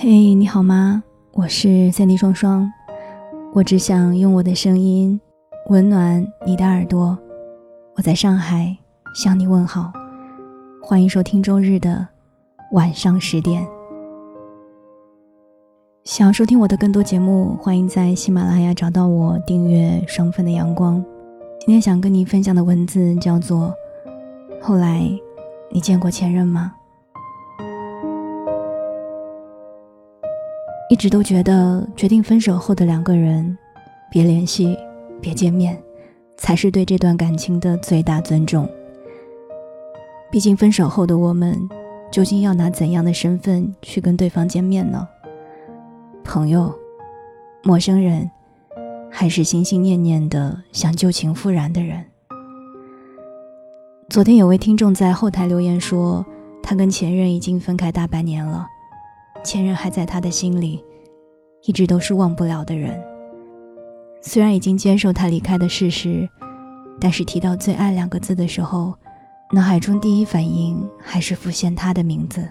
嘿，你好吗？我是三弟双双，我只想用我的声音温暖你的耳朵。我在上海向你问好，欢迎收听周日的晚上10点。想要收听我的更多节目，欢迎在喜马拉雅找到我，订阅双份的阳光。今天想跟你分享的文字叫做后来你见过前任吗？一直都觉得决定分手后的两个人别联系别见面才是对这段感情的最大尊重。毕竟分手后的我们究竟要拿怎样的身份去跟对方见面呢？朋友、陌生人，还是心心念念的想旧情复燃的人？昨天有位听众在后台留言说，他跟前任已经分开大半年了，前任还在他的心里一直都是忘不了的人。虽然已经接受他离开的事实，但是提到最爱2个字的时候，脑海中第一反应还是浮现他的名字。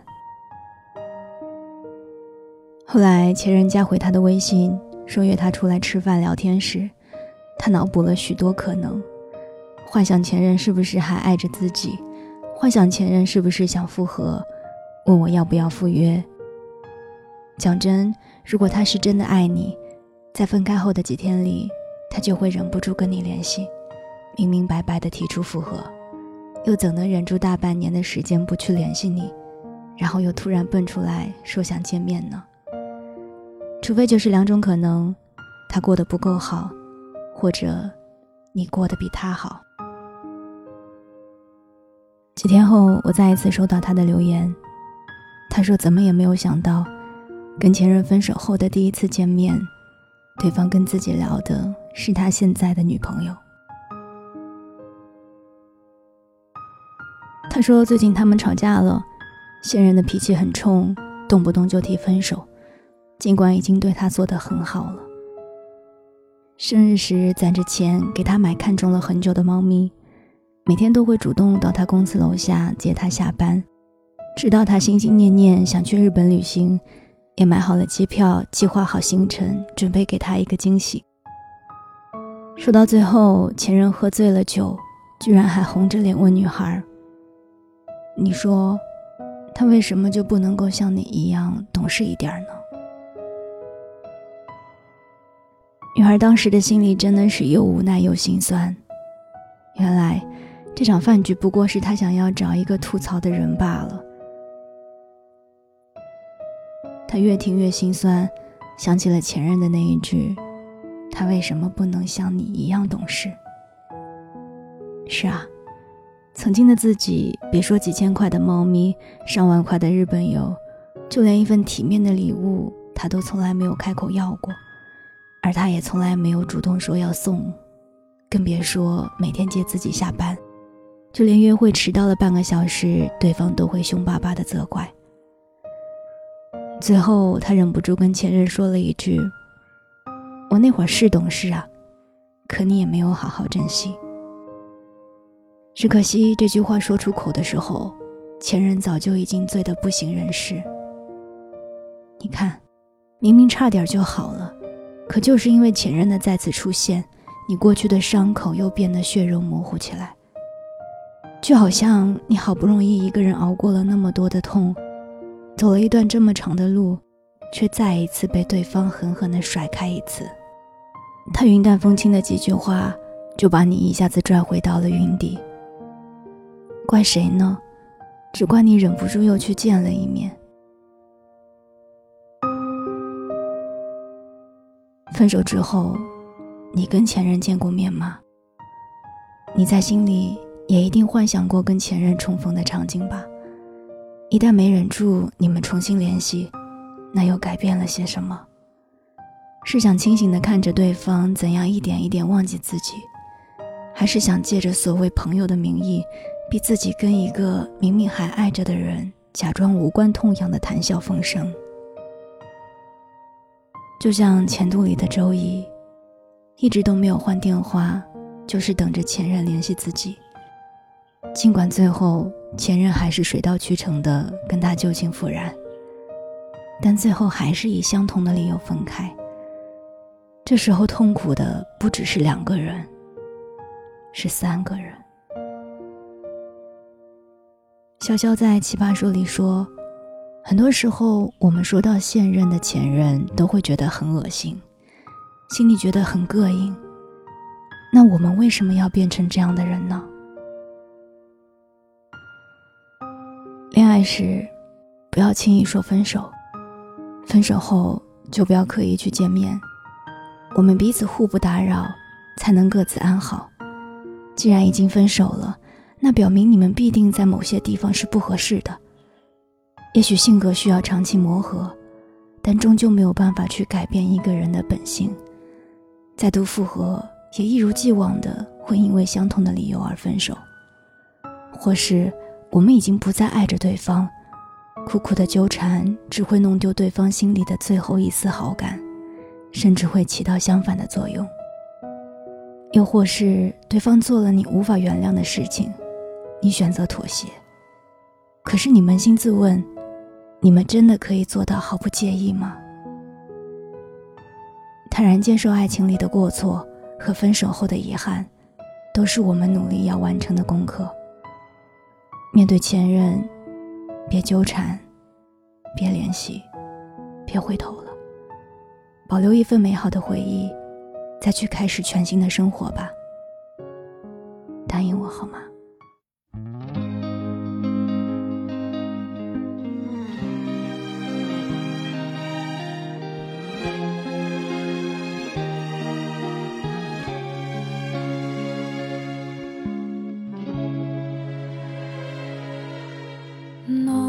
后来前任加回他的微信，说约他出来吃饭聊天时，他脑补了许多可能，幻想前任是不是还爱着自己，幻想前任是不是想复合，问我要不要赴约。讲真，如果他是真的爱你，在分开后的几天里，他就会忍不住跟你联系，明明白白地提出复合，又怎能忍住大半年的时间不去联系你，然后又突然蹦出来说想见面呢？除非就是2种可能，他过得不够好，或者你过得比他好。几天后，我再一次收到他的留言，他说怎么也没有想到，跟前任分手后的第一次见面，对方跟自己聊的是他现在的女朋友。他说最近他们吵架了，现任的脾气很冲，动不动就提分手，尽管已经对他做得很好了。生日时攒着钱给他买看中了很久的猫咪，每天都会主动到他公司楼下接他下班，直到他心心念念想去日本旅行，也买好了机票，计划好行程，准备给他一个惊喜。说到最后，前任喝醉了酒，居然还红着脸问女孩，你说他为什么就不能够像你一样懂事一点呢？女孩当时的心里真的是又无奈又心酸，原来这场饭局不过是他想要找一个吐槽的人罢了。他越听越心酸，想起了前任的那一句，他为什么不能像你一样懂事？是啊，曾经的自己，别说几千块的猫咪，上万块的日本游，就连一份体面的礼物，他都从来没有开口要过，而他也从来没有主动说要送，更别说每天接自己下班，就连约会迟到了半个小时，对方都会凶巴巴地责怪。最后他忍不住跟前任说了一句，我那会儿是懂事啊，可你也没有好好珍惜。只可惜这句话说出口的时候，前任早就已经醉得不省人事。你看，明明差点就好了，可就是因为前任的再次出现，你过去的伤口又变得血肉模糊起来。就好像你好不容易一个人熬过了那么多的痛，走了一段这么长的路，却再一次被对方狠狠地甩开一次。他云淡风轻的几句话，就把你一下子拽回到了云底。怪谁呢？只怪你忍不住又去见了一面。分手之后，你跟前任见过面吗？你在心里也一定幻想过跟前任重逢的场景吧？一旦没忍住，你们重新联系，那又改变了些什么？是想清醒地看着对方怎样一点一点忘记自己，还是想借着所谓朋友的名义，逼自己跟一个明明还爱着的人假装无关痛痒的谈笑风生？就像前度里的周一，一直都没有换电话，就是等着前任联系自己。尽管最后前任还是水到渠成的跟他旧情复燃， 但最后还是以相同的理由分开。这时候痛苦的不只是2个人，是3个人。潇潇在奇葩说里说，很多时候我们说到现任的前任都会觉得很恶心，心里觉得很膈应。那我们为什么要变成这样的人呢？恋爱时不要轻易说分手，分手后就不要刻意去见面，我们彼此互不打扰，才能各自安好。既然已经分手了，那表明你们必定在某些地方是不合适的。也许性格需要长期磨合，但终究没有办法去改变一个人的本性。再度复合，也一如既往的会因为相同的理由而分手。或是我们已经不再爱着对方，苦苦的纠缠只会弄丢对方心里的最后一丝好感，甚至会起到相反的作用。又或是对方做了你无法原谅的事情，你选择妥协。可是你扪心自问，你们真的可以做到毫不介意吗？坦然接受爱情里的过错和分手后的遗憾，都是我们努力要完成的功课。面对前任，别纠缠，别联系，别回头了，保留一份美好的回忆，再去开始全新的生活吧。答应我好吗？ No